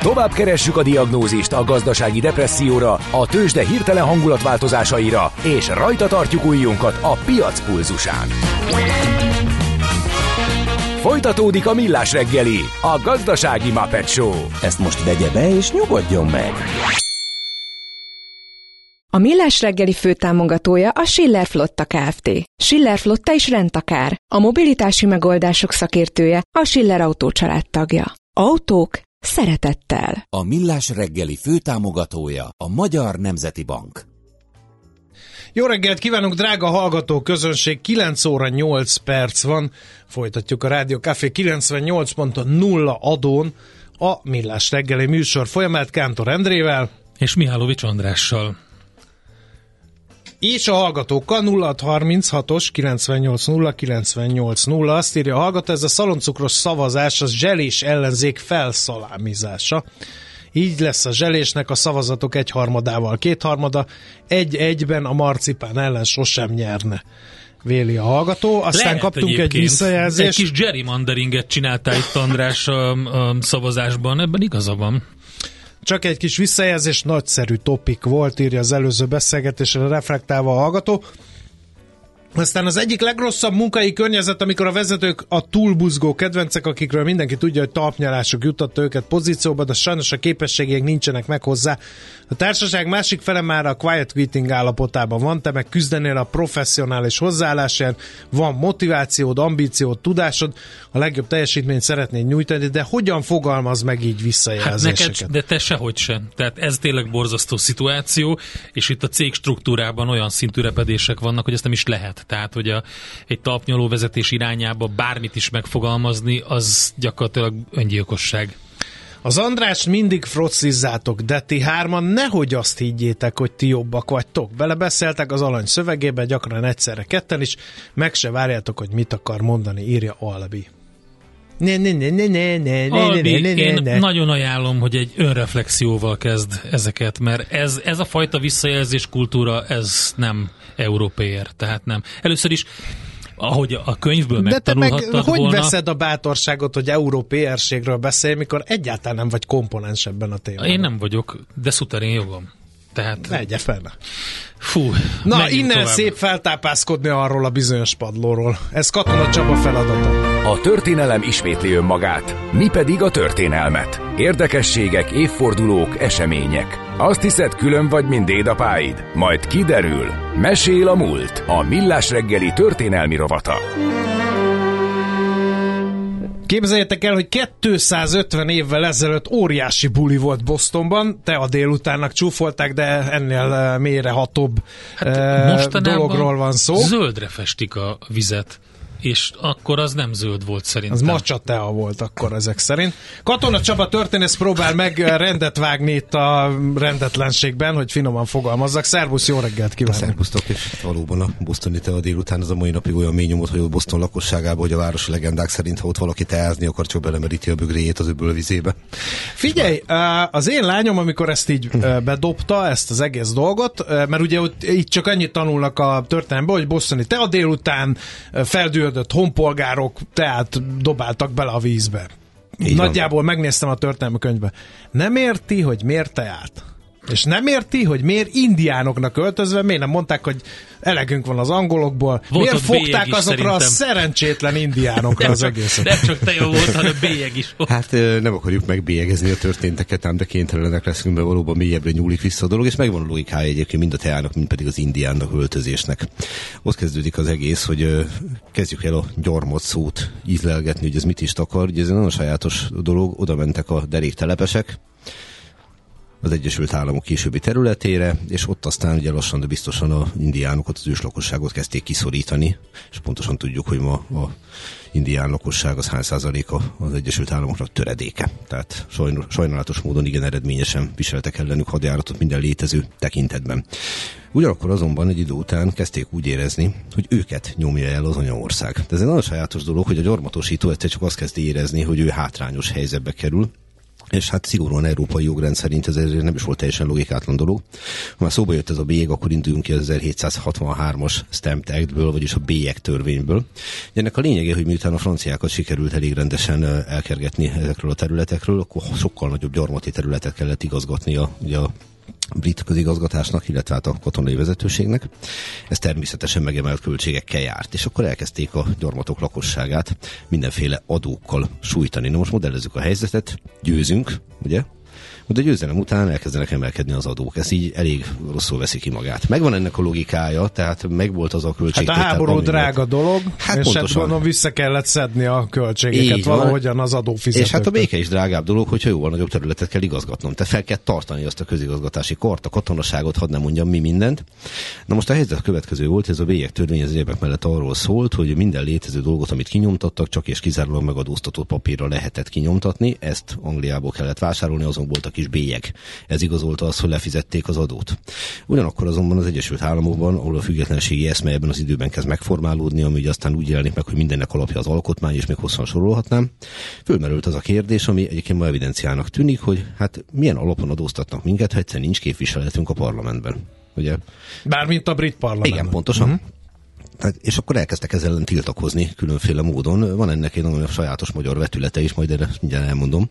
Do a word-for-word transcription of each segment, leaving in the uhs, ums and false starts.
Tovább keressük a diagnózist a gazdasági depresszióra, a tőzsde hirtelen hangulatváltozásaira, és rajta tartjuk ujjunkat a piac pulzusán. Folytatódik a Millás reggeli, a gazdasági Muppet Show. Ezt most vegye be és nyugodjon meg! A Millás reggeli főtámogatója a Schiller Flotta Kft. Schiller Flotta is rendtakár. A mobilitási megoldások szakértője, a Schiller Autó család tagja. Autók szeretettel. A Millás reggeli főtámogatója a Magyar Nemzeti Bank. Jó reggelt kívánunk, drága hallgató közönség, kilenc óra nyolc perc van. Folytatjuk a Rádió Café kilencvennyolc pont nulla adón a Millás reggeli műsor folyamát Kántor Endrével és Mihálovics Andrással. És a hallgatókkal nulla hat harminchatos kilencvennyolc nulla kilencvennyolc nulla. Azt írja a hallgató, ez a szaloncukros szavazás az zselés ellenzék felszalámizása. Így lesz a zselésnek a szavazatok egyharmadával kétharmada, egy-egyben a marcipán ellen sosem nyerne, véli a hallgató. Aztán lehet kaptunk egy visszajelzést. Egy kis gerrymanderinget csináltál itt, András, a, a szavazásban, ebben igaza van. Csak egy kis visszajelzés, nagyszerű topik volt, írja az előző beszélgetésre reflektálva a hallgató. Aztán az egyik legrosszabb munkai környezet, amikor a vezetők a túlbuzgó kedvencek, akikről mindenki tudja, hogy talpnyalások juttatta őket pozícióba, de sajnos a képességek nincsenek meg hozzá. A társaság másik fele már a quiet quitting állapotában van, te meg küzdenél a professzionális hozzáállásért, van motivációd, ambíciód, tudásod, a legjobb teljesítményt szeretnéd nyújtani, de hogyan fogalmaz meg így visszajelzéseket? Hát neked, de te sehogy sem. Tehát ez tényleg borzasztó szituáció, és itt a cég struktúrában olyan szintű repedések vannak, hogy ezt nem is lehet. Tehát, hogy a, egy talpnyaló vezetés irányába bármit is megfogalmazni, az gyakorlatilag öngyilkosság. Az Andrást mindig frocizzátok, de ti hárman nehogy azt higgyétek, hogy ti jobbak vagytok. Belebeszéltek az alany szövegébe, gyakran egyszerre ketten is, meg se várjátok, hogy mit akar mondani, írja Albi. Ne, ne, ne, ne, ne, ne, Albi, ne, ne, ne, én ne. nagyon ajánlom, hogy egy önreflexióval kezd ezeket, mert ez, ez a fajta visszajelzés kultúra, ez nem európér, tehát nem. Először is, ahogy a könyvből de te meg megtanulhattad hogy volna, veszed a bátorságot, hogy európérségről beszélj, mikor egyáltalán nem vagy komponens ebben a témában? én nem vagyok, de szuterén jogom. Tehát... Megye fel. Fú, Na, innen tovább. szép feltápászkodni arról a bizonyos padlóról. Ez Katona Csaba feladata. A történelem ismétli önmagát, mi pedig a történelmet. Érdekességek, évfordulók, események. Azt hiszed, külön vagy, mint dédapáid? Majd kiderül. Mesél a múlt. A Millás reggeli történelmi rovata. Képzeljétek el, hogy kétszázötven évvel ezelőtt óriási buli volt Bostonban, te a délutánnak csúfolták, de ennél mélyrehatóbb hát dologról van szó. Zöldre festik a vizet, és akkor az nem zöld volt szerintem. Az macsa tea volt akkor ezek szerint. Katona Csaba történész próbál meg rendet vágni itt a rendetlenségben, hogy finoman fogalmazzak. Szervusz, jó reggelt kívánok! Szervusztok, és valóban a bostoni tea délután az a mai napig olyan mély nyomot, hogy a Boston lakosságában, hogy a városi legendák szerint, ha ott valaki teázni akar, csak belemeríti a bögréjét az öbölvizébe. Figyelj, az én lányom, amikor ezt így bedobta, ezt az egész dolgot, mert ugye itt csak annyit tanulnak a történelemből, hogy bostoni tea délután feldühödött honpolgárok teát dobáltak bele a vízbe. Így nagyjából van. Megnéztem a történelmi könyvbe. Nem érti, hogy miért teát. És nem érti, hogy miért indiánoknak öltözve, miért nem mondták, hogy elegünk van az angolokból. Volt miért fogták azokra szerintem. A szerencsétlen indiánokra az egészet. Nem csak teja volt, hanem bélyeg is volt. Hát nem akarjuk megbélyegezni a történteket, ám de kénytelenek leszünk, mert valóban mélyebbre nyúlik vissza a dolog, és megvan a logikája egyébként mind a teának, mind pedig az indiánnak öltözésnek. Ott kezdődik az egész, hogy kezdjük el a gyarmat szót ízlelgetni, hogy ez mit is takar. Ugye ez egy nagyon sajátos dolog, oda mentek a deréktelepesek az Egyesült Államok későbbi területére, és ott aztán ugye lassan, de biztosan az indiánokat, az őslakosságot kezdték kiszorítani, és pontosan tudjuk, hogy ma a indián lakosság az hány százaléka az Egyesült Államoknak töredéke. Tehát sajnálatos módon igen eredményesen viseltek ellenük hadjáratot minden létező tekintetben. Ugyanakkor azonban egy idő után kezdték úgy érezni, hogy őket nyomja el az anyaország. De ez egy nagyon sajátos dolog, hogy a gyarmatosító egyszer csak azt kezdi érezni, hogy ő hátrányos helyzetbe kerül, és hát szigorúan európai jogrend szerint ez nem is volt teljesen logikátlan dolog. Ha már szóba jött ez a bélyeg, akkor induljunk ki az ezerhétszázhatvanhármas Stamp Actből, vagyis a bélyeg törvényből. Ennek a lényege, hogy miután a franciákat sikerült elég rendesen elkergetni ezekről a területekről, akkor sokkal nagyobb gyarmati területet kellett igazgatni a, ugye a brit közigazgatásnak, illetve hát a katonai vezetőségnek. Ez természetesen megemelt költségekkel járt, és akkor elkezdték a gyarmatok lakosságát mindenféle adókkal sújtani. Na most modellezzük a helyzetet, győzünk, ugye? De győzelem után elkezdenek emelkedni az adók. Ez így elég rosszul veszi ki magát. Megvan ennek a logikája, tehát megvolt az a költség. Hát a háború drága dolog, hát és hát gondolom vissza kellett szedni a költségeket így valahogyan az adófizetőktől. És hát a béke is drágább dolog, hogyha jóval nagyobb területet kell igazgatnom. Tehát fel kell tartani azt a közigazgatási kart, a katonaságot, hadd nem mondjam mi mindent. Na most a helyzet következő volt, ez a bélyeg törvény az egyebek mellett arról szólt, hogy minden létező dolgot, amit kinyomtattak, csak és kizárólag megadóztatott papírra lehetett kinyomtatni. Ezt Angliából kellett vásárolni, azon voltak is bélyeg. Ez igazolta azt, hogy lefizették az adót. Ugyanakkor azonban az Egyesült Államokban, ahol a függetlenségi eszme ebben az időben kezd megformálódni, ami ugye aztán úgy jelenik meg, hogy mindennek alapja az alkotmány, és még hosszan sorolhatnám, fölmerült az a kérdés, ami egyébként ma evidenciának tűnik, hogy hát milyen alapon adóztatnak minket, ha egyszer nincs képviseletünk a parlamentben. Ugye? Bármint a brit parlamentben. Igen, pontosan. Uh-huh. Tehát, és akkor elkezdtek ezzel ellen tiltakozni különféle módon. Van ennek egy nagyon sajátos magyar vetülete is, majd erre mindjárt elmondom.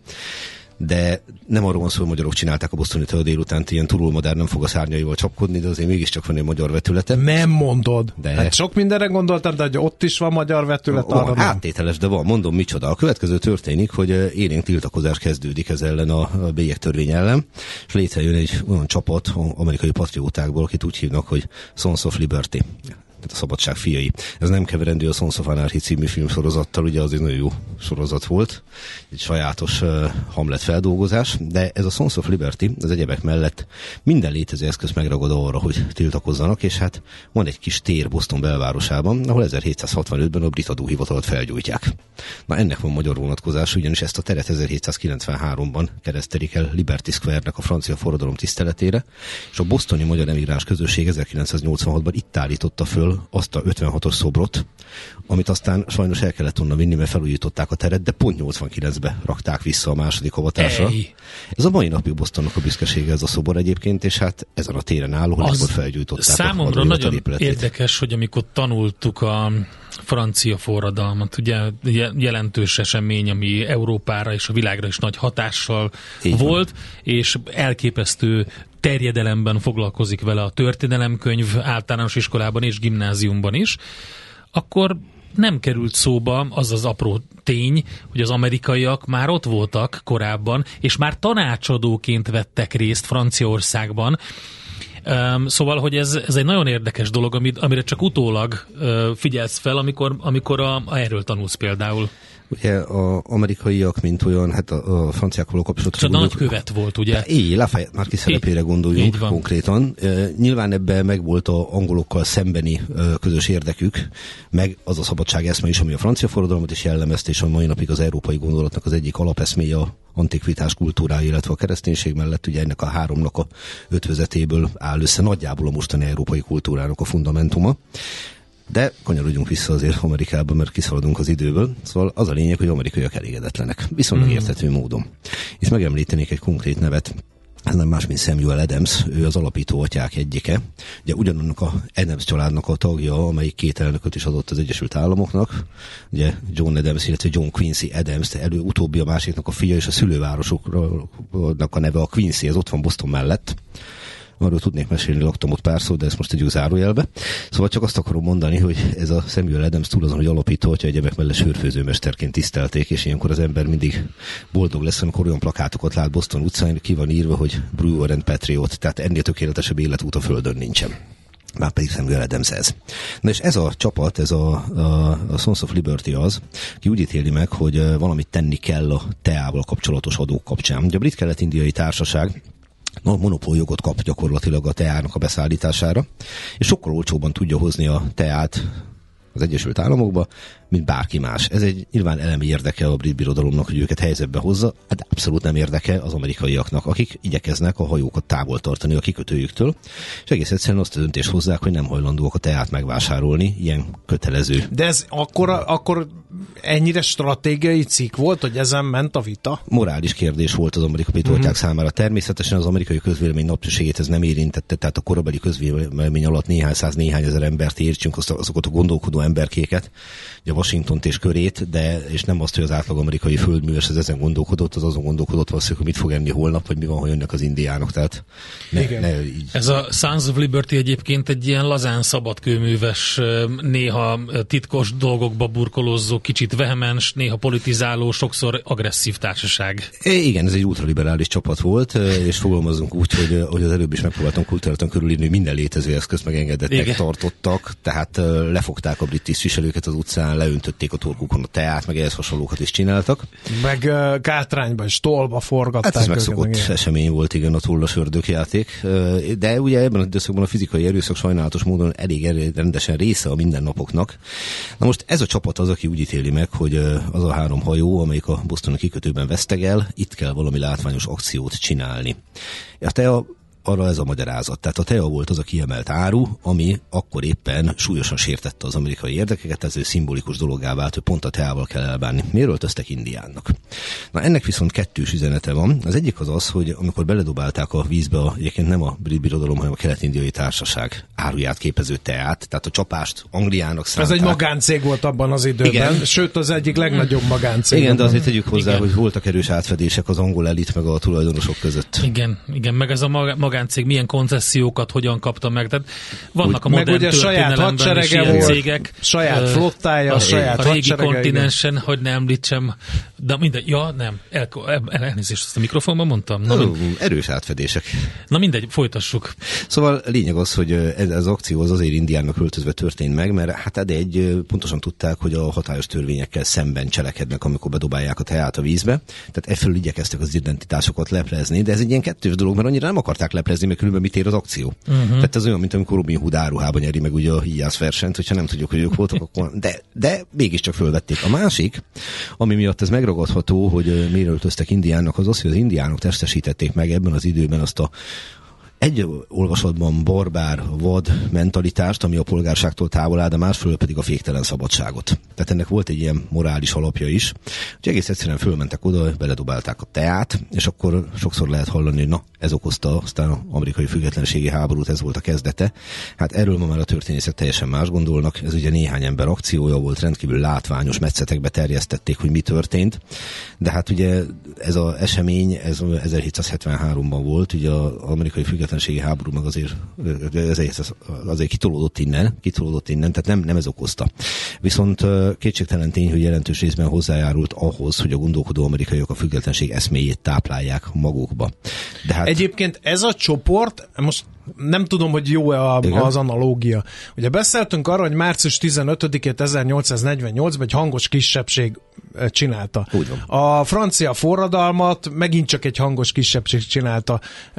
De nem arról van szó, hogy magyarok csinálták a bostoni a délutánt, ilyen turulmadár nem fog a szárnyaival csapkodni, de azért mégiscsak van egy magyar vetülete. Nem mondod. De... Hát sok mindenre gondoltam, de hogy ott is van magyar vetület, arra nem. Áttételes, de van, mondom micsoda. A következő történik, hogy élénk tiltakozás kezdődik ez ellen a bélyeg törvény ellen, és létrejön egy olyan csapat amerikai patriótákból, akit úgy hívnak, hogy Sons of Liberty. Tehát a szabadság fiai. Ez nem keverendő a Sons of Anarchy című filmsorozattal, ugye az egy nagyon jó sorozat volt, egy sajátos uh, Hamlet feldolgozás, de ez a Sons of Liberty, az egyebek mellett minden létező eszköz megragad arra, hogy tiltakozzanak, és hát van egy kis tér Boston belvárosában, ahol ezerhétszázhatvanötben a brit adóhivatalt felgyújtják. Na ennek van magyar vonatkozás, ugyanis ezt a teret ezerhétszázkilencvenháromban keresztelik el Liberty Square-nek a francia forradalom tiszteletére, és a bostoni magyar emigráns közösség ezerkilencszáznyolcvanhatban itt állította föl azt a ötvenhatos szobrot, amit aztán sajnos el kellett onnan vinni, mert felújították a teret, de pont nyolcvankilencben rakták vissza a második avatásra. Ej. Ez a mai napig Bostonnak a büszkesége ez a szobor egyébként, és hát ezen a téren áll, ahol akkor felgyújtották. Számomra a nagyon épületét. Érdekes, hogy amikor tanultuk a francia forradalmat, ugye jelentős esemény, ami Európára és a világra is nagy hatással így volt, van. És elképesztő terjedelemben foglalkozik vele a történelemkönyv általános iskolában és gimnáziumban is, akkor nem került szóba az az apró tény, hogy az amerikaiak már ott voltak korábban, és már tanácsadóként vettek részt Franciaországban. Um, szóval, hogy ez, ez egy nagyon érdekes dolog, amit, amire csak utólag uh, figyelsz fel, amikor, amikor a, a erről tanulsz például. Ugye az amerikaiak, mint olyan, hát a, a franciákkal kapcsolatos... Csak nagy követ volt, ugye? Így, Lafayette már szerepére gondoljunk konkrétan. E, nyilván ebben megvolt az angolokkal szembeni e, közös érdekük, meg az a szabadság eszme is, ami a francia forradalmat is jellemezte, és a mai napig az európai gondolatnak az egyik alapeszméje a antikvitás kultúrája, illetve a kereszténység mellett, ugye ennek a háromnak a ötvözetéből áll össze nagyjából a mostani európai kultúrának a fundamentuma. De kanyarodjunk vissza azért Amerikába, mert kiszaladunk az időből. Szóval az a lényeg, hogy amerikaiak elégedetlenek. Viszonylag mm. érthető módon. És megemlítenék egy konkrét nevet, ez nem más, mint Samuel Adams, ő az alapító atyák egyike. Ugye ugyanannak a Adams családnak a tagja, amelyik két elnököt is adott az Egyesült Államoknak. Ugye John Adams, illetve John Quincy Adams, elő utóbbi a másiknak a fia, és a szülővárosoknak a neve a Quincy, ez ott van Boston mellett. Arról tudnék mesélni, laktam ott pár szó, de ezt most tegyük zárójelbe. Szóval csak azt akarom mondani, hogy ez a Samuel Adams túl azon, hogy alapító, hogyha egyebek mellett sörfőzőmesterként tisztelték, és ilyenkor az ember mindig boldog lesz, amikor olyan plakátokat lát Boston utcán, ki van írva, hogy Brewer and Patriot, tehát ennél tökéletesebb életút a földön nincsen. Már pedig Samuel Adams ez. Na és ez a csapat, ez a, a, a Sons of Liberty az, ki úgy ítéli meg, hogy valamit tenni kell a teával kapcsolatos adók kapcsán. Ugye a Brit Kelet-Indiai Társaság no, monopóljogot kap gyakorlatilag a teának a beszállítására, és sokkal olcsóbban tudja hozni a teát az Egyesült Államokba, mint bárki más. Ez egy nyilván elemi érdeke a brit birodalomnak, hogy őket helyzetbe hozza, hát abszolút nem érdeke az amerikaiaknak, akik igyekeznek a hajókat távol tartani a kikötőjüktől, és egész egyszerűen azt a döntést hozzák, hogy nem hajlandóak a teát megvásárolni, ilyen kötelező. De ez akkor, akkor ennyire stratégiai cikk volt, hogy ezen ment a vita? Morális kérdés volt az amerikai pilóták uh-huh. számára. Természetesen az amerikai közvélemény napviségét ez nem érintette, tehát a korabeli közvélemény alatt néhány száz, néhány ezer embert értsünk, azokat a gondolkodó emberkéket, a Washingtont és körét, de és nem azt, hogy az átlag amerikai földműves az ezen gondolkodott, az azon gondolkodott valószínűleg, hogy mit fog enni holnap, vagy mi van, ha jönnek az indiánok. Tehát ne, ne, így. Ez a Sons of Liberty egyébként egy ilyen lazán szabadkőműves, néha titkos dolgokba burkolózó, kicsit vehemens, néha politizáló, sokszor agresszív társaság. É, igen, ez egy ultraliberális csapat volt, és fogalmazunk úgy, hogy, hogy az előbb is megpróbáltam kultúráltan körülírni, hogy minden létező eszközt megengedettek igen. tartottak, tehát lefogták a brit tisztviselőket az utcán, leöntötték a torkukon a teát, meg ehhez hasonlókat is csináltak. Meg uh, kátrányba és tollba forgatták. Hát ez megszokott esemény volt, igen, a tollas ördögjáték. De ugye ebben az időszakban a fizikai erőszak sajnálatos módon elég, elég rendesen része a mindennapoknak. Na most ez a csapat az, aki úgy ítéli meg, hogy az a három hajó, amelyik a bostoni kikötőben vesztegel, itt kell valami látványos akciót csinálni. A tea arra ez a magyarázat. Tehát a tea volt az a kiemelt áru, ami akkor éppen súlyosan sértette az amerikai érdekeket, ez egy szimbolikus dologgá vált, hogy pont a teával kell elbánni. Miért öltöztek Indiánnak? Na ennek viszont kettős üzenete van. Az egyik az az, hogy amikor beledobálták a vízbe, a, egyébként nem a brit birodalom, hanem a kelet-indiai társaság áruját képező teát, tehát a csapást Angliának szánták. Ez egy magáncég volt abban az időben, igen. Sőt az egyik legnagyobb magáncég. Igen, de azért tegyük hozzá, igen. hogy voltak erős átfedések az angol elit meg a tulajdonosok között. Igen, igen, meg ez a magáncég milyen koncesziókat hogyan kapta meg. Tehát vannak úgy, a modern történelemben is ilyen volt, cégek. Saját flottája, a, saját a régi hadserege, kontinensen, igen. hogy ne említsem, de mindegy, ja, nem, el, el, elnézést, ezt a mikrofonban mondtam. Na, Ó, erős átfedések. Na mindegy, folytassuk. Szóval lényeg az, hogy ez az akció az azért Indiánnak öltözve történt meg, mert hát de egy pontosan tudták, hogy a hatályos törvényekkel szemben cselekednek, amikor bedobálják a teát a vízbe. Tehát e fölül igyekeztek az identitásokat leplezni, de ez egy ilyen kettős dolog, mert annyira nem akarták leplezni, mert különben mit ér az akció. Uh-huh. Tehát ez olyan, mint amikor Robin Hood áruhában nyeri meg ugye a híjász versenyt, hogyha nem tudjuk, hogy ők voltak, akkor de, de mégiscsak fölvették. A másik, ami miatt ez megragadható, hogy miért öltöztek Indiánnak, az az, hogy az indiánok testesítették meg ebben az időben azt a egy olvasatban barbár, vad mentalitást, ami a polgárságtól távol áll, de másfelől pedig a féktelen szabadságot. Tehát ennek volt egy ilyen morális alapja is, hogy egész egyszerűen fölmentek oda, beledobálták a teát, és akkor sokszor lehet hallani, hogy na, ez okozta aztán az amerikai függetlenségi háborút, ez volt a kezdete. Hát erről ma már a történészek teljesen más gondolnak, ez ugye néhány ember akciója volt, rendkívül látványos, metszetekbe terjesztették, hogy mi történt, de hát ugye ez az esemény, ez ezerhétszázhetvenháromban volt, ugye az amerikai függetlenségi háború meg azért, azért, azért kitolódott innen, kitolódott innen, tehát nem, nem ez okozta. Viszont kétségtelen tény, hogy jelentős részben hozzájárult ahhoz, hogy a gondolkodó amerikaiak a függetlenség eszméjét táplálják magukba. De hát... Egyébként ez a csoport, most nem tudom, hogy jó-e a, az analógia. Ugye beszéltünk arra, hogy március tizenötödikét ezernyolcszáznegyvennyolcban egy hangos kisebbség csinálta. A francia forradalmat megint csak egy hangos kisebbség csinálta.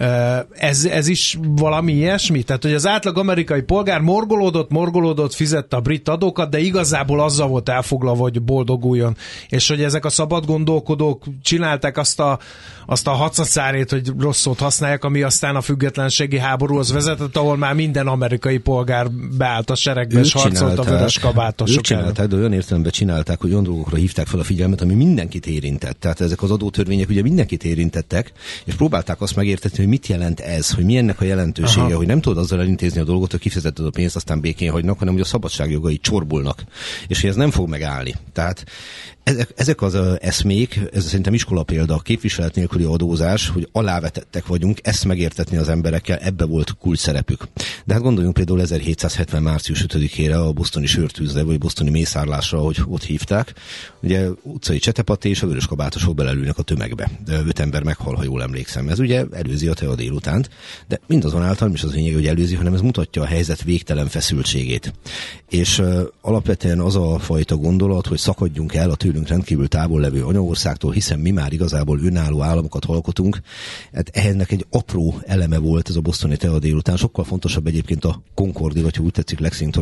Ez, ez is valami ilyesmi? Tehát, hogy az átlag amerikai polgár morgolódott, morgolódott, fizette a brit adókat, de igazából azzal volt elfoglalva, hogy boldoguljon. És hogy ezek a szabad gondolkodók csinálták azt a, azt a hacacárét, hogy rossz szót használják, ami aztán a függetlenségi háborúhoz vezetett, ahol már minden amerikai polgár beállt a seregbe, és harcolt a vörös kabátosok. Ők csinálták, de olyan értelemben csinálták, hogy olyan dolgokra hívták fel a figyelmet, ami mindenkit érintett. Tehát ezek az adótörvények ugye mindenkit érintettek, és próbálták azt megértetni, hogy mit jelent ez, hogy mi ennek a jelentősége, aha. hogy nem tudod azzal elintézni a dolgot, hogy kifizeted a pénzt, aztán békén hagynak, hanem hogy a szabadságjogai csorbulnak, és hogy ez nem fog megállni. Tehát ezek, ezek az uh, eszmék, ez szerintem iskola példa, a képviselet nélküli adózás, hogy alávetettek vagyunk, ezt megértetni az emberekkel, ebbe volt kulcs szerepük. De hát gondoljunk például ezerhétszázhetven március ötödikére a bostoni sörtűzre, vagy bostoni mészárlásra, hogy ott hívták. Ugye utcai csetepaté és a vörös kabátosok belelülnek a tömegbe. De öt ember meghal, ha jól emlékszem. Ez ugye előzi a tea délutánt, de mindazonáltal nem is az lényeg, hogy előzi, hanem ez mutatja a helyzet végtelen feszültségét. És uh, alapvetően az a fajta gondolat, hogy szakadjunk el a tőlünk rendkívül távol levő anyaországtól, hiszen mi már igazából önálló államokat alkotunk. Hát ennek egy apró eleme volt ez a bostoni tea délután, sokkal fontosabb egyébként a Concordi, vagy ha úgy tetszik, Lexingtoni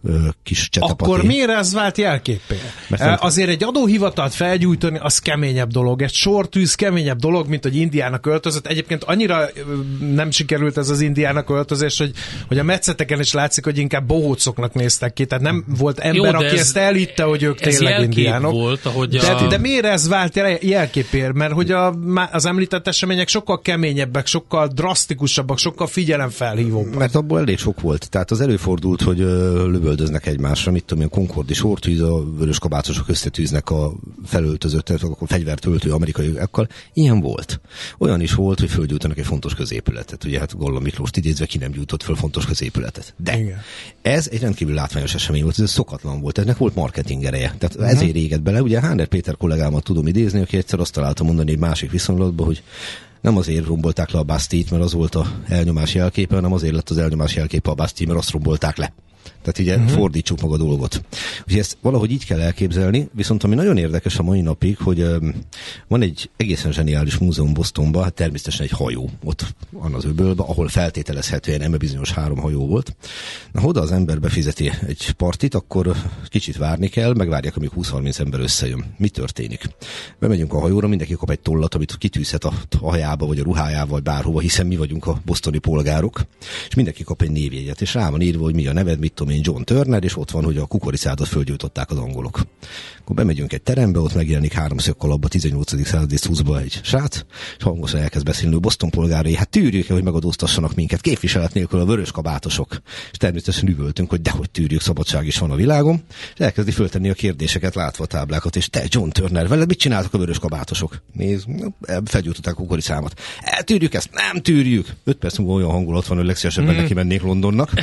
kis csetapaté. Akkor miért ez vált jelképé? Nem... Azért egy adóhivatalt felgyújtani, az keményebb dolog. Egy sortűz keményebb dolog, mint hogy Indiának öltözött. Egyébként annyira nem sikerült ez az Indiának öltözés, hogy, hogy a metszeteken is látszik, hogy inkább bohócoknak néztek ki. Tehát nem volt ember, jó, aki ez, ezt elhitte, hogy ők tényleg indiánok. Volt, ahogy de, a... de miért ez vált jelképér? Mert hogy a, az említett események sokkal keményebbek, sokkal drasztikusabbak, sokkal figyelemfelhívóbbak. Mert abból elég sok volt. Tehát az előfordult, hogy lövöldöznek egymásra, mit tudom én, konkordi sortűz, a vörös kabácosok összetűznek a felöltözött, a fegyvert öltő amerikaiakkal. Ilyen volt. Olyan is volt, hogy fölgyújtanak egy fontos középületet. Ugye hát Golla Miklóst idézve, ki nem gyújtott föl fontos középületet. De igen. Ez egy rendkívül látványos esemény volt, ez szokatlan volt, ennek volt marketing ereje. Tehát uh-huh. ezért égett bele. Ugye Háner Péter kollégámat tudom idézni, aki egyszer azt találta mondani egy másik viszonylatban, hogy nem azért rombolták le a Bastille-t, mert az volt a elnyomás jelképe, hanem azért lett az elnyomás jelképe a Bastille, mert azt rombolták le. Tehát ugye uh-huh. fordítsuk meg a dolgot. Úgyhogy ezt valahogy így kell elképzelni, viszont ami nagyon érdekes a mai napig, hogy um, van egy egészen zseniális múzeum Bostonban, hát természetesen egy hajó ott van az öbölben, ahol feltételezhetően eme bizonyos három hajó volt. Na, ha oda az ember befizeti egy partit, akkor kicsit várni kell, megvárják, amíg húsz-harminc ember összejön. Mi történik? Bemegyünk a hajóra, mindenki kap egy tollat, amit kitűzhet a hajába, vagy a ruhájába, vagy bárhova, hiszen mi vagyunk a bostoni polgárok, és mindenki kap egy névjegyet, és rá van írva, hogy mi a neved, mit tudom én, John Turner, és ott van, hogy a kukoricádat fölgyújtották az angolok. Akkor bemegyünk egy terembe, ott megjelenik háromszög kalapba tizennyolcadik századi szuszba egy srác, és hangosan elkezd beszélni, hogy Boston polgárai, hát tűrjük-e, hogy megadóztassanak minket, képviselet nélkül a vörös kabátosok. És természetesen üvöltünk, hogy dehogy tűrjük, szabadság is van a világon, és elkezdi föltenni a kérdéseket, látva a táblákat, és te, John Turner, veled mit csináltak a vörös kabátosok? Nézd, felgyújtották a kukoricámat. Eltűrjük ezt? Nem tűrjük. Öt perc múlva olyan hangulat van, hogy legszívesebben mm. neki mennék Londonnak.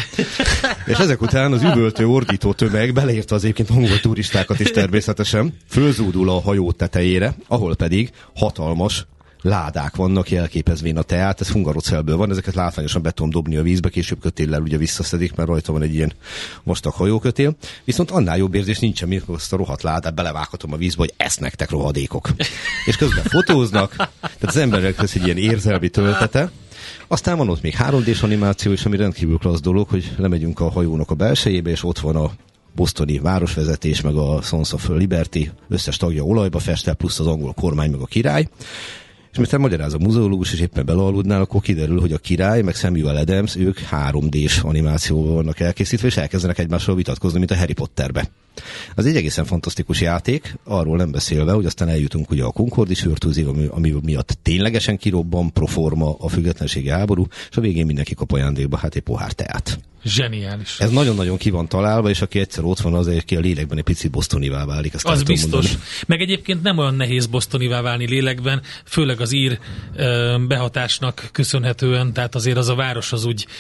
És ezek után az üvöltő, ordító tömeg, beleérte az egyébként angol turistákat is természetesen, fölzúdul a hajó tetejére, ahol pedig hatalmas ládák vannak jelképezvén a teát, ez hungarocelből van, ezeket látványosan be tudom dobni a vízbe, később kötéllel ugye visszaszedik, mert rajta van egy ilyen vastag hajókötél, viszont annál jobb érzés nincsen, mint azt a rohadt ládát belevághatom a vízbe, hogy ezt nektek rohadékok. És közben fotóznak, tehát az embernek ez egy ilyen érzelmi töltete. Aztán van ott még három dés animáció is, ami rendkívül klassz dolog, hogy lemegyünk a hajónak a belsejébe, és ott van a bostoni városvezetés, meg a Sons of Liberty, összes tagja olajba festel, plusz az angol kormány, meg a király. És miután magyaráz a muzeológus, és éppen belealudnál, akkor kiderül, hogy a király, meg Samuel Adams, ők három dés animációval vannak elkészítve, és elkezdenek egymással vitatkozni, mint a Harry Potterbe. Az egy egészen fantasztikus játék, arról nem beszélve, hogy aztán eljutunk ugye a Concordi sörtőzig, ami, ami miatt ténylegesen kirobban proforma a függetlenségi háború, és a végén mindenki kap ajándékba hát egy pohár teát. Zseniális. Ez nagyon-nagyon ki van találva, és aki egyszer ott van, az aki a lélekben egy picit bostonivá válik. Azt az biztos. Mondani. Meg egyébként nem olyan nehéz bostonivá válni lélekben, főleg az ír ö, behatásnak köszönhetően, tehát azért az a város az úgy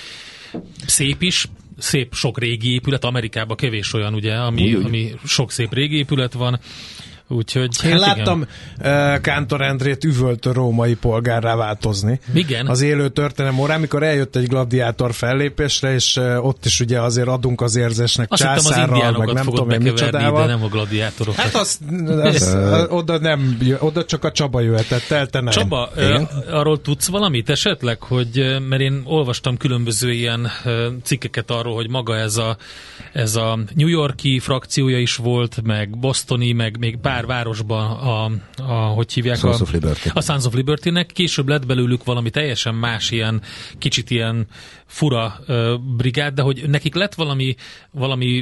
szép is, szép sok régi épület, Amerikában kevés olyan, ugye, ami, ami sok szép régi épület van. Úgyhogy, Én hát láttam uh, Kántor Endrét üvöltő római polgárrá változni. Igen. Az élő történelem órán, amikor eljött egy gladiátor fellépésre, és uh, ott is ugye azért adunk az érzésnek azt császárral, meg nem tudom én micsodával. De nem a gladiátorokat. Hát az, az, az, oda, nem, oda csak a Csaba jöhetett el, te nem. Csaba, ö, arról tudsz valamit esetleg, hogy, mert én olvastam különböző ilyen cikkeket arról, hogy maga ez a, ez a New York-i frakciója is volt, meg bostoni, meg még pár városban a, a hogy hívják? Sons a, of Liberty. A Sons of Liberty-nek. Később lett belőlük valami teljesen más, ilyen kicsit ilyen fura uh, brigád, de hogy nekik lett valami valami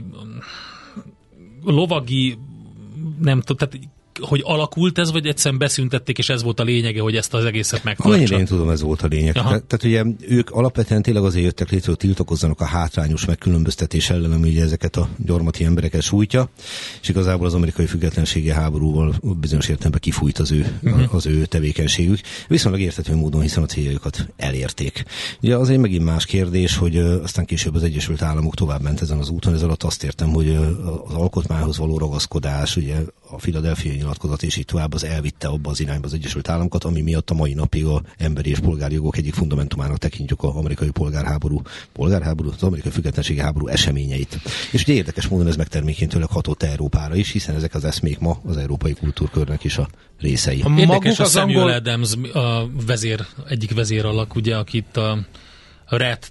lovagi, nem tudom, tehát hogy alakult ez, vagy egyszerűen beszüntették, és ez volt a lényege, hogy ezt az egészet megtartsa? Amennyire én tudom, ez volt a lényeg. Te, tehát ugye ők alapvetően tényleg azért jöttek létre, hogy tiltakozzanak a hátrányos megkülönböztetés ellen, ami ugye ezeket a gyarmati embereket sújtja, és igazából az amerikai függetlenségi háborúval bizonyos értelemben kifújt az ő, uh-huh. az ő tevékenységük. Viszonylag érthető módon, hiszen a céljukat elérték. Ugye azért megint más kérdés, hogy aztán később az Egyesült Államok tovább ment ezen az úton, ez alatt azt értem, hogy az alkotmányhoz való ragaszkodás, ugye a Philadelphia nyilatkozat és így tovább az elvitte abba az irányba az Egyesült Államokat, ami miatt a mai napig a emberi és polgári jogok egyik fundamentumának tekintjük az amerikai polgárháború, polgárháború, az amerikai függetlenségi háború eseményeit. És ugye érdekes módon ez megtermékenytőleg hatott Európára is, hiszen ezek az eszmék ma az európai kultúrkörnek is a részei. A érdekes a Samuel angol... Adams a vezér, egyik vezér alak, ugye, akit a Red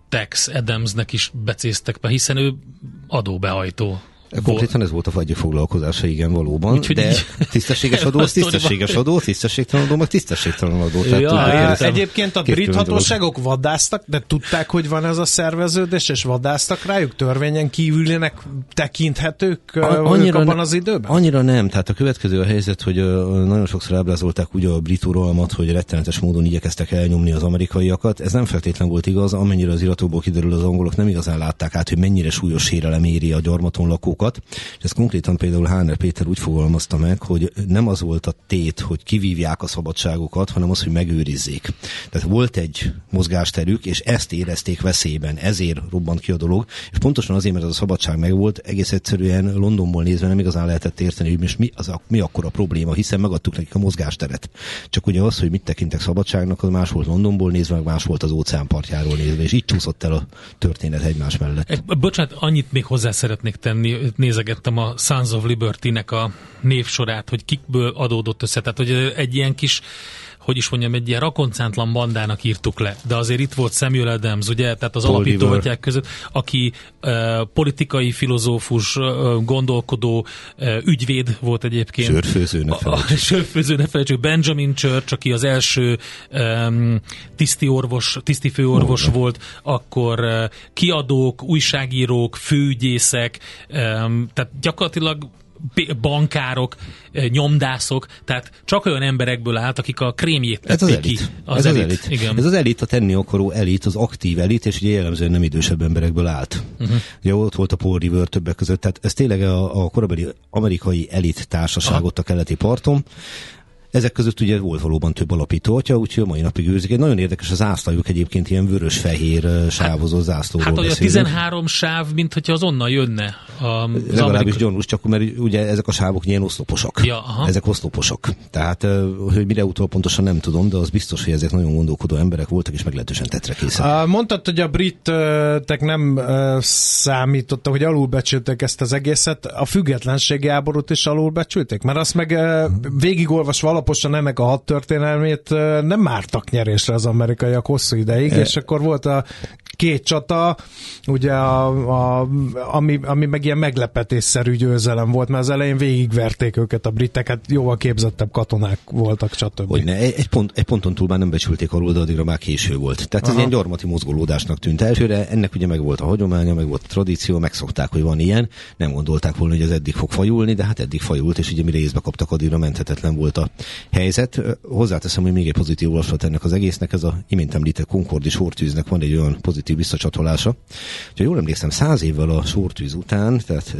Tex Adamsnek is becéztek be, hiszen ő adóbehajtó. Konkrétan ez volt a fagyja foglalkozása, igen, valóban, úgy, de így... tisztességes adó, az tisztességes adó, tisztességtelen adó, meg tisztességtelen adó. Ja, Tehát, egyébként a brit hatóságok vadásztak, de tudták, hogy van ez a szerveződés, és vadásztak rájuk? Törvényen kívülinek tekinthetők annyira abban az időben? Annyira nem. Tehát a következő a helyzet, hogy nagyon sokszor ábrázolták ugye a brit uralmat, hogy rettenetes módon igyekeztek elnyomni az amerikaiakat. Ez nem feltétlen volt igaz, amennyire az iratokból kiderül, az angolok nem igazán látták át, hogy mennyire súlyos sérelem éri a gyarmaton lakók. És ezt konkrétan például Háner Péter úgy fogalmazta meg, hogy nem az volt a tét, hogy kivívják a szabadságokat, hanem az, hogy megőrizzék. Tehát volt egy mozgásterük, és ezt érezték veszélyben, ezért robbant ki a dolog, és pontosan azért, mert az a szabadság megvolt, egész egyszerűen Londonból nézve nem igazán lehetett érteni, hogy mi, az a, mi akkor a probléma, hiszen megadtuk nekik a mozgásteret. Csak ugye az, hogy mit tekintek szabadságnak, az más volt Londonból nézve, meg más volt az óceánpartjáról nézve, és így csúszott el a történet egymás mellett. Bocsánat, annyit még hozzá szeretnék tenni, nézegettem a Sons of Liberty-nek a névsorát, hogy kikből adódott össze. Tehát, hogy egy ilyen kis, hogy is mondjam, egy ilyen rakoncátlan bandának írtuk le. De azért itt volt Samuel Adams, ugye, tehát az alapító atyák között, aki uh, politikai filozófus, uh, gondolkodó, uh, ügyvéd volt egyébként. Sörfőző, ne felejtsük. Sörfőző, ne felejtsük. Benjamin Church, aki az első um, tisztiorvos, tisztifőorvos no, volt, akkor uh, kiadók, újságírók, főügyészek, um, tehát gyakorlatilag bankárok, nyomdászok, tehát csak olyan emberekből állt, akik a krémjét tették ki. Az Ez elit. az elit. Igen. Ez az elit, a tenni akaró elit, az aktív elit, és ugye jellemzően nem idősebb emberekből állt. Uh-huh. Ugye ott volt a Paul Revere többek között, tehát ez tényleg a, a korabeli amerikai elit társaság ott a keleti parton. Ezek között ugye volt valóban több alapító atya, úgyhogy a mai napig őrzik. Egy nagyon érdekes az ászlajuk, egyébként ilyen vörös-fehér sávozó zászlóról hát, beszélünk. Hát, hogy a tizenhárom sáv, mint hogyha az onnan jönne. Az legalábbis amerikai... gyanús, csak mert ugye ezek a sávok ilyen oszloposak. Ja, ezek oszloposak. Tehát, hogy mire utol pontosan nem tudom, de az biztos, hogy ezek nagyon gondolkodó emberek voltak, és meglehetősen tetrekészek. Mondtad, hogy a britek nem számította, hogy alulbecsülték ezt az egészet. A függetlenségi háborút is alulbecsülték? Mert azt meg végigolvasva alaposan ennek a hat történelmét nem mártak nyerésre az amerikaiak hosszú ideig, e... és akkor volt a két csata, ugye a, a, ami, ami meg ilyen meglepetésszerű győzelem volt, mert az elején végigverték őket a briteket, jóval képzettebb katonák voltak, stb. Hogyne, egy, pont, egy ponton túl már nem becsülték alul, de addigra már késő volt. Tehát ez Aha. ilyen gyarmati mozgolódásnak tűnt elsőre, ennek ugye meg volt a hagyománya, meg volt a tradíció, megszokták, hogy van ilyen, nem gondolták volna, hogy ez eddig fog fajulni, de hát eddig fajult, és ugye mire észbe kaptak, addigra menthetetlen volt a helyzet. Hozzáteszem, hogy még egy pozitív olvasat ennek az egésznek, ez a imént említett Concordi sortűznek van egy olyan pozitív visszacsatolása. Ha jól emlékszem, száz évvel a sortűz után, tehát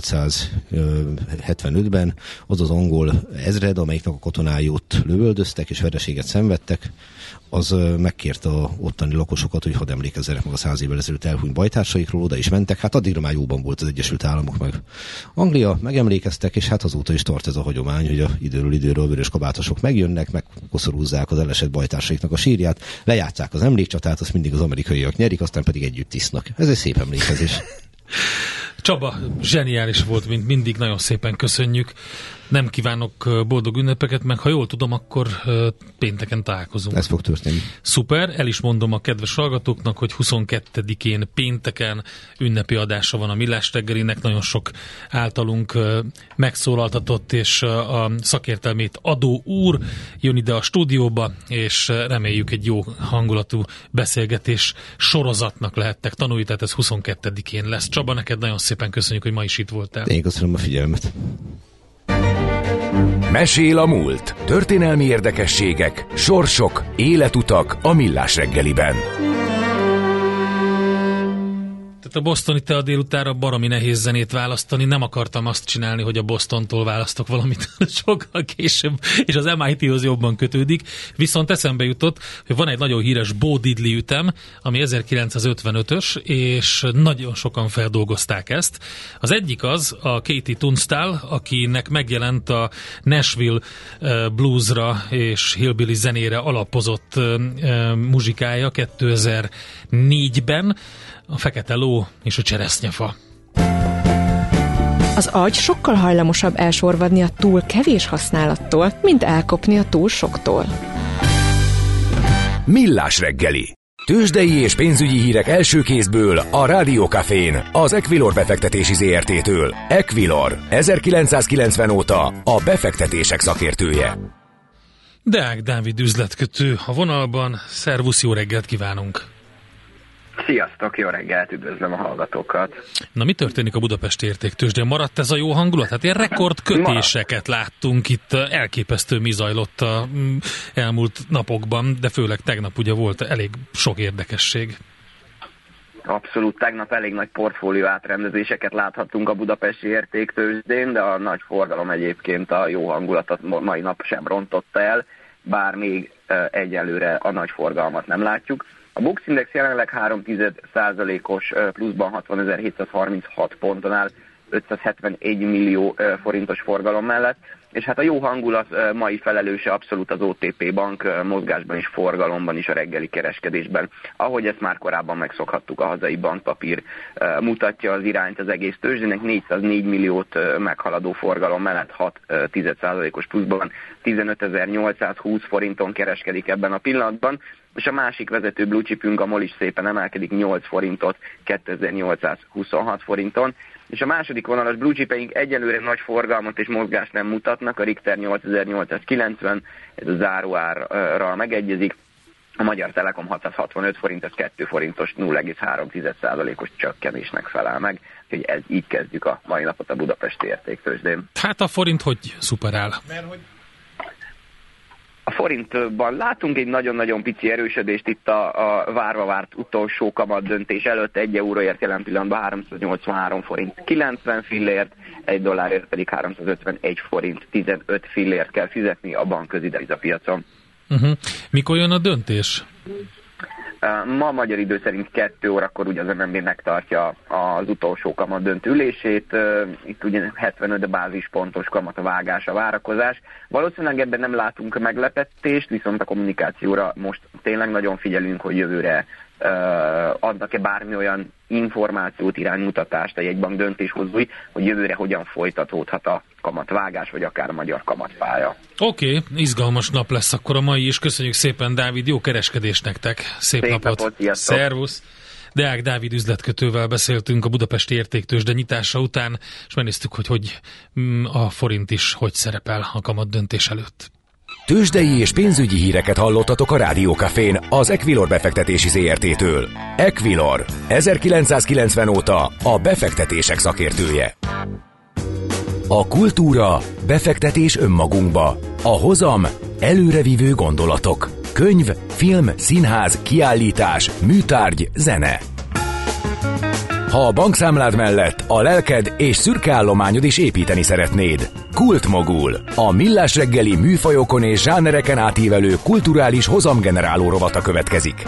ezernyolcszázhetvenötben az az angol ezred, amelyiknek a katonái ott lövöldöztek és vereséget szenvedtek, az megkérte a ottani lakosokat, hogy hadd emlékezzenek meg a száz évvel ezelőtt elhunyt bajtársaikról, oda is mentek, hát addigra már jóban volt az Egyesült Államok meg Anglia, megemlékeztek, és hát azóta is tart ez a hagyomány, hogy a időről időről a vörös kabátosok megjönnek, megkoszorúzzák az elesett bajtársaiknak a sírját, lejátszák az emlékcsatát, azt mindig az amerikaiak nyerik, aztán pedig együtt isznak. Ez egy szép emlékezés. Csaba, zseniális volt, mint mindig, nagyon szépen köszönjük. Nem kívánok boldog ünnepeket, meg ha jól tudom, akkor pénteken találkozunk. Ez fog történni. Szuper, el is mondom a kedves hallgatóknak, hogy huszonkettedikén pénteken ünnepi adása van a Millás reggelinek, nagyon sok általunk megszólaltatott és a szakértelmét adó úr jön ide a stúdióba, és reméljük egy jó hangulatú beszélgetés sorozatnak lehettek tanulni, tehát ez huszonkettedikén lesz. Csaba, neked nagyon szépen köszönjük, hogy ma is itt voltál. Én köszönöm a figyelmet. Mesél a múlt. Történelmi érdekességek, sorsok, életutak a Millás reggeliben. Tehát a bostoni tea délutára baromi nehéz zenét választani. Nem akartam azt csinálni, hogy a Bostontól választok valamit sokkal később, és az em i té-hoz jobban kötődik. Viszont eszembe jutott, hogy van egy nagyon híres Bo Diddley ütem, ami ezerkilencszázötvenötös, és nagyon sokan feldolgozták ezt. Az egyik az a Katie Tunstall, akinek megjelent a Nashville bluesra és hillbilly zenére alapozott muzsikája kétezer-négyben, a Fekete ló és a Cseresznyefa. Az agy sokkal hajlamosabb elsorvadni a túl kevés használattól, mint elkopni a túl soktól. Millás reggeli. Tőzsdei és pénzügyi hírek első kézből a Rádió Cafén, az Equilor befektetési zé er té-től. Equilor, ezerkilencszázkilencven óta a befektetések szakértője. Deák Dávid üzletkötő a vonalban. Szervusz, jó reggelt kívánunk! Sziasztok, jó reggelt, üdvözlöm a hallgatókat! Na, mi történik a Budapesti Értéktőzsdén? Maradt ez a jó hangulat? Hát ilyen rekordkötéseket láttunk itt, elképesztő mi zajlott a elmúlt napokban, de főleg tegnap ugye volt elég sok érdekesség. Abszolút, tegnap elég nagy portfólió átrendezéseket láthattunk a Budapesti Értéktőzsdén, de a nagy forgalom egyébként a jó hangulatot mai nap sem rontotta el, bár még egyelőre a nagy forgalmat nem látjuk. A Bux Index jelenleg három tized százalékos pluszban hatvanezer-hétszázharminchat ponton áll, ötszázhetvenegy millió forintos forgalom mellett, és hát a jó hangulat mai felelőse abszolút az o té pé Bank mozgásban és forgalomban is a reggeli kereskedésben. Ahogy ezt már korábban megszokhattuk, a hazai bankpapír mutatja az irányt az egész tőzsdének, négyszáznégy milliót meghaladó forgalom mellett hat tized százalékos pluszban tizenötezer-nyolcszázhúsz forinton kereskedik ebben a pillanatban, és a másik vezető blue chipünk, a MOL is szépen emelkedik nyolc forintot kétezer-nyolcszázhuszonhat forinton, és a második vonalas blue chipeink egyelőre nagy forgalmat és mozgást nem mutatnak, a Richter nyolcezer-nyolcszázkilencven, ez a záróárral megegyezik, a Magyar Telekom hatszázhatvanöt forint, ez két forintos nulla egész három tized százalékos csökkenésnek felel meg, úgyhogy ez így kezdjük a mai napot a Budapesti Értéktőzsdén. Hát a forint hogy szuperál? Mert hogy a forintban látunk egy nagyon-nagyon pici erősödést itt a, a várva várt utolsó kamat döntés előtt, egy euróért jelen pillanatban háromszáznyolcvanhárom forint kilencven fillért, egy dollárért pedig háromszázötvenegy forint tizenöt fillért kell fizetni a bankközi devizapiacon. Uh-huh. Mikor jön a döntés? Ma magyar idő szerint kettő órakor ugye az em en bé megtartja az utolsó kamat döntő ülését, itt ugye hetvenöt bázispontos kamatvágás a várakozás. Valószínűleg ebben nem látunk meglepetést, viszont a kommunikációra most tényleg nagyon figyelünk, hogy jövőre uh, adnak-e bármi olyan információt, iránymutatást a jegybank döntéshozói, hogy jövőre hogyan folytatódhat a kamatvágás, vagy akár a magyar kamatpálya. Oké, okay, izgalmas nap lesz akkor a mai is. Köszönjük szépen, Dávid, jó kereskedést nektek. Szép, Szép napot. napot Szervusz. Deák Dávid üzletkötővel beszéltünk a Budapesti Értéktőzsde nyitása után, és megnéztük, hogy, hogy a forint is hogy szerepel a kamat döntés előtt. Tőzsdei és pénzügyi híreket hallottatok a Rádió Cafén az Equilor befektetési zé er té-től. Equilor, ezerkilencszázkilencven óta a befektetések szakértője. A kultúra, befektetés önmagunkba. A hozam, előrevívő gondolatok. Könyv, film, színház, kiállítás, műtárgy, zene. Ha a bankszámlád mellett a lelked és szürke állományod is építeni szeretnéd. Kultmogul, a millás reggeli műfajokon és zsánereken átívelő kulturális hozamgeneráló rovata következik.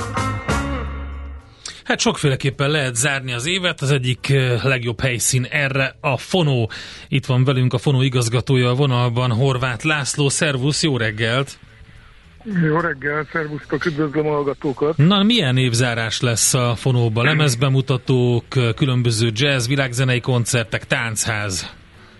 Hát sokféleképpen lehet zárni az évet, az egyik legjobb helyszín erre a Fonó. Itt van velünk a Fonó igazgatója a vonalban, Horváth László. Szervusz, jó reggelt! Jó reggelt, szervusztok, üdvözlöm a hallgatókat! Na, milyen évzárás lesz a Fonóban? Lemezbemutatók, különböző jazz, világzenei koncertek, táncház?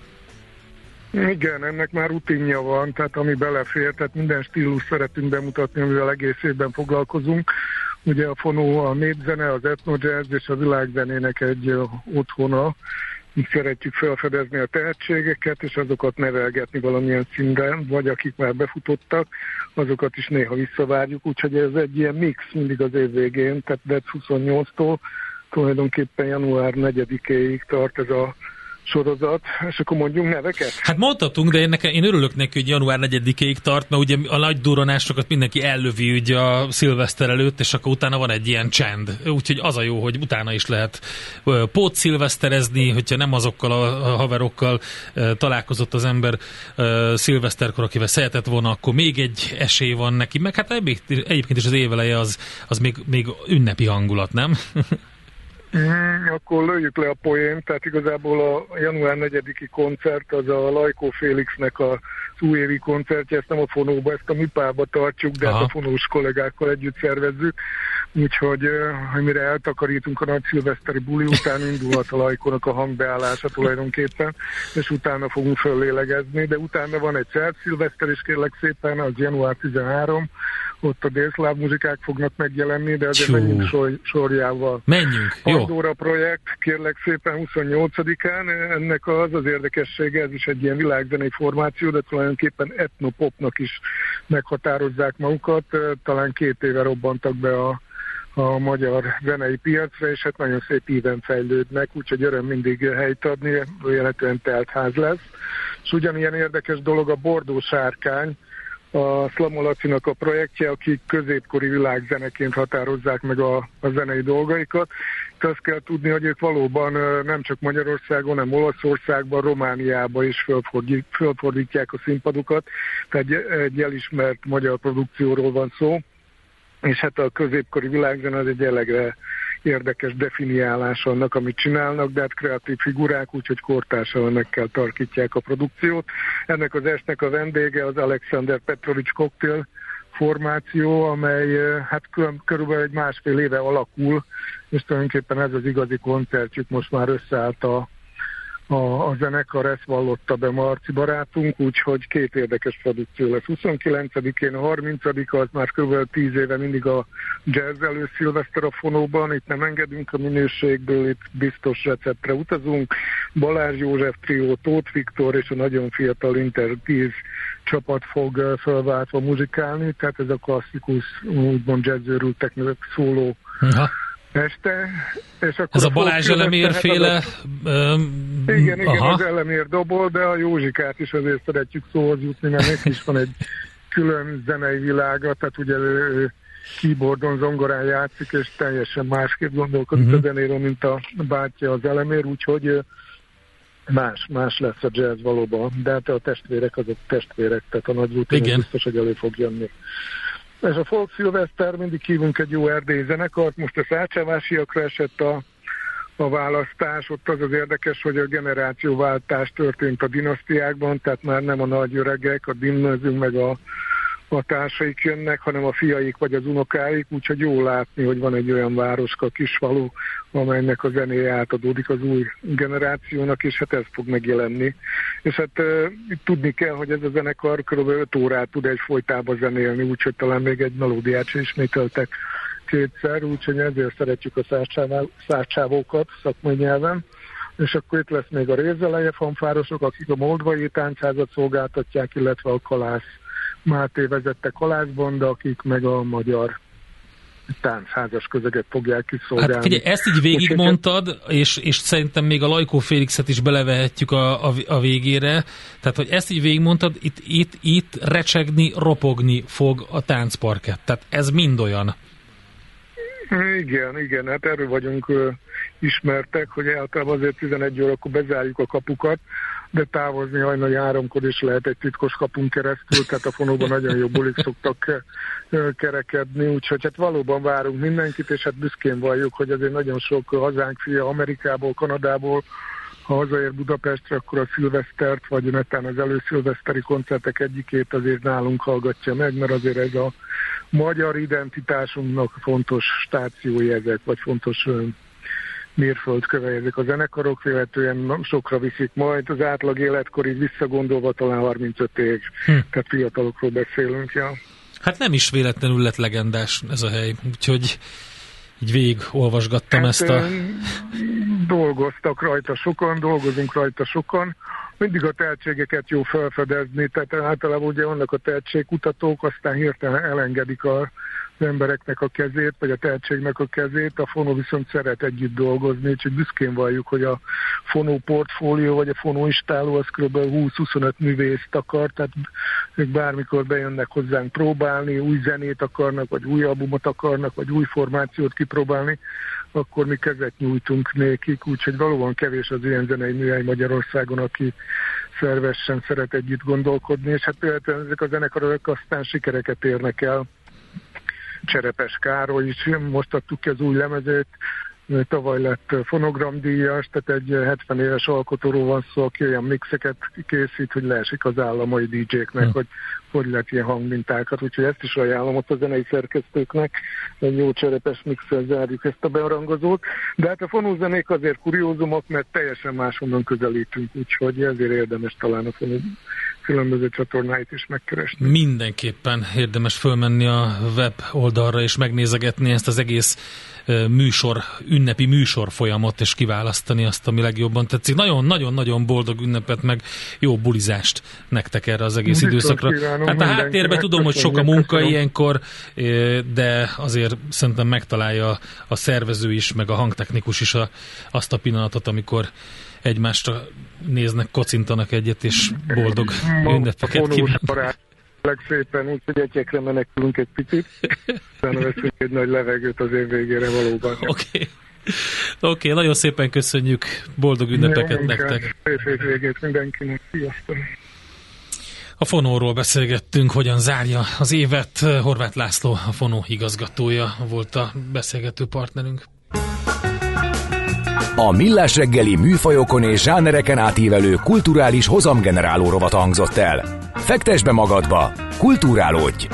Igen, ennek már rutinja van, tehát ami belefér, tehát minden stílus szeretünk bemutatni, amivel egész évben foglalkozunk. Ugye a Fonó a népzene, az etnojazz és a világzenének egy otthona. Így szeretjük felfedezni a tehetségeket, és azokat nevelgetni valamilyen szinten, vagy akik már befutottak, azokat is néha visszavárjuk, úgyhogy ez egy ilyen mix mindig az év végén, tehát december huszonnyolcadikától tulajdonképpen január negyedikéig tart ez a sorozat, és akkor mondjunk neveket? Hát mondhatunk, de én, nekem, én örülök neki, hogy január negyedikéig tart, mert ugye a nagy durranásokat mindenki ellövi ugye a szilveszter előtt, és akkor utána van egy ilyen csend. Úgyhogy az a jó, hogy utána is lehet pót szilveszterezni, hogyha nem azokkal a haverokkal találkozott az ember szilveszterkor, akivel szeretett volna, akkor még egy esély van neki, meg hát egyébként is az éveleje az, az még, még ünnepi hangulat, nem? Mm, akkor lőjük le a poént, tehát igazából a január negyediki koncert az a Lajkó Félixnek az újévi koncertje, ezt nem a Fonóba, ezt a Mipába tartjuk, de hát a fonós kollégákkal együtt szervezzük, úgyhogy hogy mire eltakarítunk a nagy szilveszteri buli után, indulhat a Lajkónak a hangbeállása tulajdonképpen, és utána fogunk föllélegezni, de utána van egy szert szilveszter is, kérlek szépen, az január tizenharmadika, ott a délszláv muzsikák fognak megjelenni, de azért Csú. menjünk sor, sorjával. Menjünk, jó. Pandora projekt, kérlek szépen huszonnyolcadikán, ennek az az érdekessége, ez is egy ilyen világzenei formáció, de tulajdonképpen etnopopnak is meghatározzák magukat, talán két éve robbantak be a a magyar zenei piacra, és hát nagyon szép íven fejlődnek, úgyhogy öröm mindig helyt adni, jelentően telt ház lesz. És ugyanilyen érdekes dolog a Bordó Sárkány, a Szlamo Lacinak a projektje, akik középkori világzeneként határozzák meg a, a zenei dolgaikat. De azt kell tudni, hogy ők valóban nem csak Magyarországon, hanem Olaszországban, Romániában is fölfordítják a színpadokat, tehát egy, egy elismert magyar produkcióról van szó. És hát a középkori világzene az egy elegre érdekes definiálás annak, amit csinálnak, de hát kreatív figurák, úgyhogy kortársan meg kell tarkítják a produkciót. Ennek az estnek a vendége az Alexander Petrovics Cocktail formáció, amely hát körülbelül egy másfél éve alakul, és tulajdonképpen ez az igazi koncertjük, most már összeállt a A, a zenekar, ezt vallotta be Marci barátunk, úgyhogy két érdekes produkció lesz. huszonkilencedikén, a harmincadika az már kb. tíz éve mindig a jazz elő szilveszter a Fonóban, itt nem engedünk a minőségből, itt biztos receptre utazunk. Balázs József trió, Tóth Viktor és a nagyon fiatal Inter tíz csapat fog felváltva muzsikálni, tehát ez a klasszikus, úgymond jazzőrülteknek szóló Aha. este. És akkor ez a, a Balázs Elemér féle... Um, igen, igen, aha. Az Elemér dobol, de a Józsikát is azért szeretjük szóhoz jutni, mert neki is van egy külön zenei világa, tehát ugye ő keyboardon, zongorán játszik, és teljesen másképp gondolkodik uh-huh. a zenéről, mint a bátyja az Elemér, úgyhogy más, más lesz a jazz valóban, de hát a testvérek azok testvérek, tehát a Nagy Rutin biztos, hogy elő fog jönni. És a Folk Szilveszter, mindig hívunk egy jó erdélyi zenekart, most a Szácsávásiakra esett a, a választás, ott az az érdekes, hogy a generációváltás történt a dinasztiákban, tehát már nem a nagy öregek, a Dinnözünk meg a, a társaik jönnek, hanem a fiaik vagy az unokáik, úgyhogy jó látni, hogy van egy olyan városka, kisfalu, amelynek a zenéje átadódik az új generációnak, és hát ez fog megjelenni. És hát uh, tudni kell, hogy ez a zenekar kb. öt órát tud egy folytába zenélni, úgyhogy talán még egy melódiát sem ismételtek kétszer, úgyhogy ezért szeretjük a szárcsávókat szakmai nyelven. És akkor itt lesz még a Rézeleje fanfárosok, akik a moldvai táncházat szolgáltatják, illetve a Kalász Máté vezette Kalászban, de akik meg a magyar táncházas közeget fogják kiszolgálni. Hát figyelj, ezt így végigmondtad, és, és szerintem még a Lajkó Félixet is belevehetjük a, a, a végére. Tehát, hogy ezt így végigmondtad, itt, itt, itt recsegni, ropogni fog a táncparkett. Tehát ez mind olyan. Igen, igen, hát erről vagyunk uh, ismertek, hogy általában azért tizenegy órakor bezárjuk a kapukat, de távozni hajnali háromkor is lehet egy titkos kapun keresztül, tehát a Fonóban nagyon jó bulik szoktak kerekedni, úgyhogy hát valóban várunk mindenkit, és hát büszkén valljuk, hogy azért nagyon sok hazánk fia Amerikából, Kanadából, ha hazaér Budapestre, akkor a szilvesztert, vagy netán az előszilveszteri koncertek egyikét azért nálunk hallgatja meg, mert azért ez a magyar identitásunknak fontos stációi ezek, vagy fontos mérföldköve ezek a zenekarok, véletlenül sokra viszik majd, az átlag életkorig visszagondolva talán harmincöt év, hm. tehát fiatalokról beszélünk, ja. Hát nem is véletlenül lett legendás ez a hely, úgyhogy így végig olvasgattam hát, ezt a... Dolgoztak rajta sokan, dolgozunk rajta sokan, mindig a tehetségeket jó felfedezni, tehát általában ugye vannak a tehetségkutatók, aztán hirtelen elengedik a az embereknek a kezét, vagy a tehetségnek a kezét, a Fonó viszont szeret együtt dolgozni, úgyhogy büszkén valljuk, hogy a Fonó portfólió, vagy a Fonó istáló az kb. húsz-huszonöt művészt akar, tehát ők bármikor bejönnek hozzánk próbálni, új zenét akarnak, vagy új albumot akarnak, vagy új formációt kipróbálni, akkor mi kezet nyújtunk nékik, úgyhogy valóban kevés az ilyen zenei műhely Magyarországon, aki szervesen szeret együtt gondolkodni, és hát például ezek a zenekarok aztán sikereket érnek el. Cserepes Károly is, most adtuk ki az új lemezét, tavaly lett fonogramdíjas, tehát egy hetven éves alkotóról van szó, aki olyan mixeket készít, hogy leesik az államai dé jéknek, hmm. hogy hogy lehet ilyen hangmintákat, úgyhogy ezt is ajánlom ott a zenei szerkesztőknek, egy jó cserepes mixel zárjuk ezt a bearangozót, de hát a fonózenék azért kuriózumok, mert teljesen máshonnan közelítünk, úgyhogy ezért érdemes talán a fonó különböző csatornáit is megkeresni. Mindenképpen érdemes fölmenni a web oldalra és megnézegetni ezt az egész műsor, ünnepi műsor folyamot, és kiválasztani azt, ami legjobban tetszik. Nagyon-nagyon-nagyon boldog ünnepet, meg jó bulizást nektek erre az egész Biztos időszakra. kívánom, hát a háttérben tudom, hogy sok a munka köszönöm. Ilyenkor, de azért szerintem megtalálja a szervező is, meg a hangtechnikus is a, azt a pillanatot, amikor egymásra néznek, kocintanak egyet, és boldog Ma ünnepeket kívánnak. Legszépen, úgyhogy egyekre menekülünk egy picit, utána veszünk egy nagy levegőt az év végére valóban. Oké, okay. okay, nagyon szépen köszönjük, boldog ünnepeket Jó, nektek. Szép végét mindenkinek, sziasztok! A Fonóról beszélgettünk, hogyan zárja az évet. Horváth László, a Fonó igazgatója volt a beszélgető partnerünk. A Millás reggeli műfajokon és zsánereken átívelő kulturális hozamgeneráló rovat hangzott el. Fektesd be magadba, kulturálódj!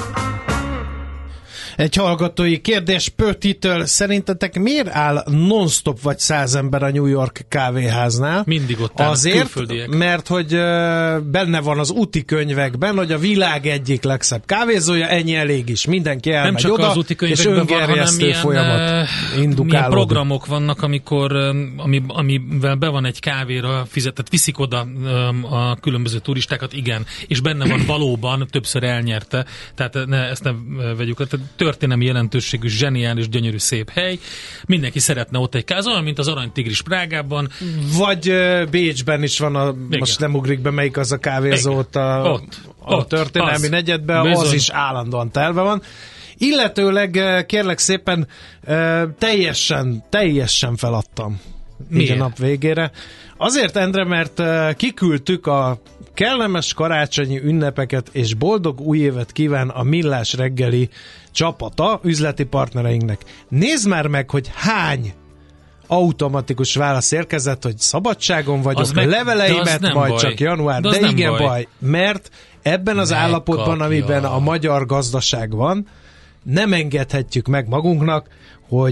Egy hallgatói kérdés Pöttitől: szerintetek miért áll non-stop vagy száz ember a New York kávéháznál? Mindig ott áll. Azért, mert hogy benne van az úti könyvekben, hogy a világ egyik legszebb kávézója, ennyi elég is. Mindenki elmegy nem csak oda, az úti és öngerjesztő folyamat indukálódik. Milyen programok vannak, amikor ami, amivel be van egy kávéra fizetett, viszik oda a különböző turistákat, igen, és benne van valóban, többször elnyerte, tehát ne, ezt ne vegyük, történelmi jelentőségű, zseniális, gyönyörű, szép hely. Mindenki szeretne ott egy káz, olyan, mint az Aranytigris Prágában. Vagy uh, Bécsben is van, a, most nem ugrik be, melyik az a kávézó ott a, ott, a ott, történelmi az, negyedben, bizony. Az is állandóan telve van. Illetőleg kérlek szépen uh, teljesen, teljesen feladtam. Így a nap végére. Azért, Endre, mert uh, kiküldtük a kellemes karácsonyi ünnepeket és boldog új évet kíván a Millás reggeli csapata üzleti partnereinknek. Nézd már meg, hogy hány automatikus válasz érkezett, hogy szabadságon vagyok, az meg, leveleimet majd baj. Csak január, de, de igen baj. baj, mert ebben az Megkapja. állapotban, amiben a magyar gazdaság van, nem engedhetjük meg magunknak, hogy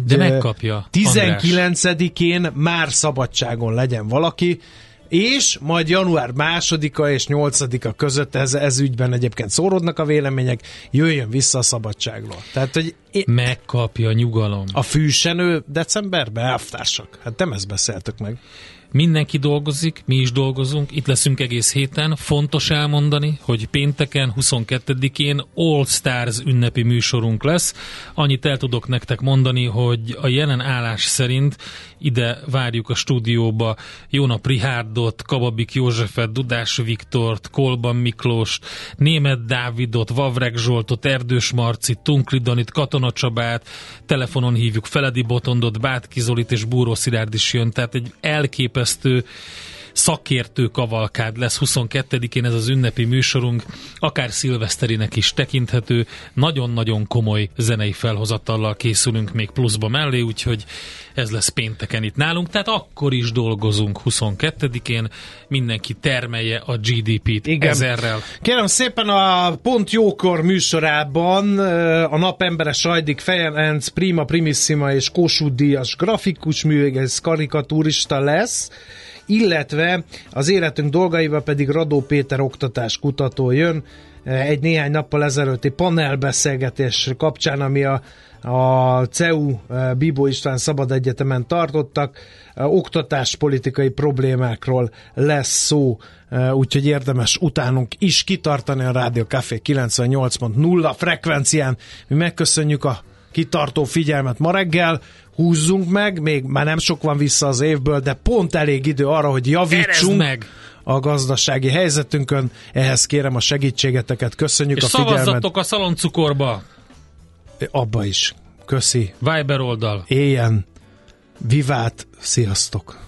tizenkilencedikén már szabadságon legyen valaki, és majd január másodika és nyolcadika között ez, ez ügyben egyébként szórodnak a vélemények, jöjjön vissza a szabadságról. Tehát, hogy én... megkapja nyugalom. A fűsenő decemberben, elvtársak. Hát nem ezt beszéltük meg. Mindenki dolgozik, mi is dolgozunk, itt leszünk egész héten. Fontos elmondani, hogy pénteken, huszonkettedikén All Stars ünnepi műsorunk lesz. Annyit el tudok nektek mondani, hogy a jelen állás szerint ide várjuk a stúdióba Jónap Rihárdot, Kababik Józsefet, Dudás Viktort, Kolban Miklóst, Németh Dávidot, Vavreg Zsoltot, Erdős Marcit, Tunkli Danit, Katona Csabát, telefonon hívjuk Feledi Botondot, Bátki Zolit és Búró Szilárd is jön, tehát egy elképesztő szakértő kavalkád lesz huszonkettedikén ez az ünnepi műsorunk, akár szilveszterinek is tekinthető, nagyon-nagyon komoly zenei felhozatallal készülünk még pluszba mellé, úgyhogy ez lesz pénteken itt nálunk, tehát akkor is dolgozunk huszonkettedikén, mindenki termelje a gé dé pét Igen. ezerrel. Kérem szépen, a Pont Jókor műsorában a napembere Sajdik Ferenc, Prima Primissima és Kossuth Díjas grafikus művész, karikatúrista lesz, illetve az életünk dolgaival pedig Radó Péter oktatáskutató jön egy néhány nappal ezelőtti panelbeszélgetés kapcsán, ami a, a cé e u Bibó István Szabad Egyetemen tartottak. Oktatáspolitikai problémákról lesz szó, úgyhogy érdemes utánunk is kitartani a Rádió Café kilencvennyolc pont nulla frekvencián. Mi megköszönjük a kitartó figyelmet ma reggel, húzzunk meg, még már nem sok van vissza az évből, de pont elég idő arra, hogy javítsunk meg a gazdasági helyzetünkön. Ehhez kérem a segítségeteket, köszönjük és a figyelmet. És szavazzatok a szaloncukorba! Abba is. Köszi. Viber oldal. Éljen. Vivát. Sziasztok.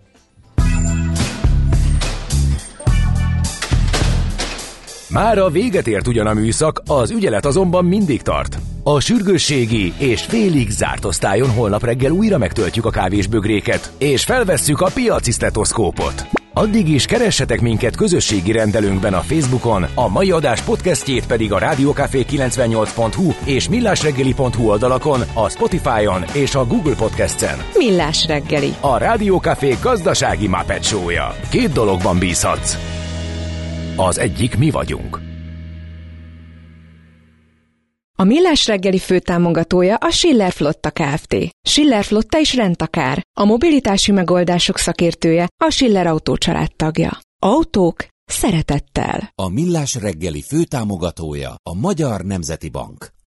Mára véget ért ugyan a műszak, az ügyelet azonban mindig tart. A sürgősségi és félig zárt osztályon holnap reggel újra megtöltjük a kávésbögréket, és felvesszük a piaci sztetoszkópot. Addig is keressetek minket közösségi rendelőnkben a Facebookon, a mai adás podcastjét pedig a rádiókafé kilencvennyolc pont hu és millásreggeli pont hu oldalakon, a Spotify-on és a Google Podcast-en. Millás reggeli. A Rádió Café gazdasági Muppet Show-ja. Két dologban bízhatsz. Az egyik mi vagyunk. A Millás reggeli főtámogatója a Schiller Flotta Kft. Schiller Flotta is rendtakár, a mobilitási megoldások szakértője, a Schiller Autó családtagja. Autók szeretettel. A Millás reggeli főtámogatója a Magyar Nemzeti Bank.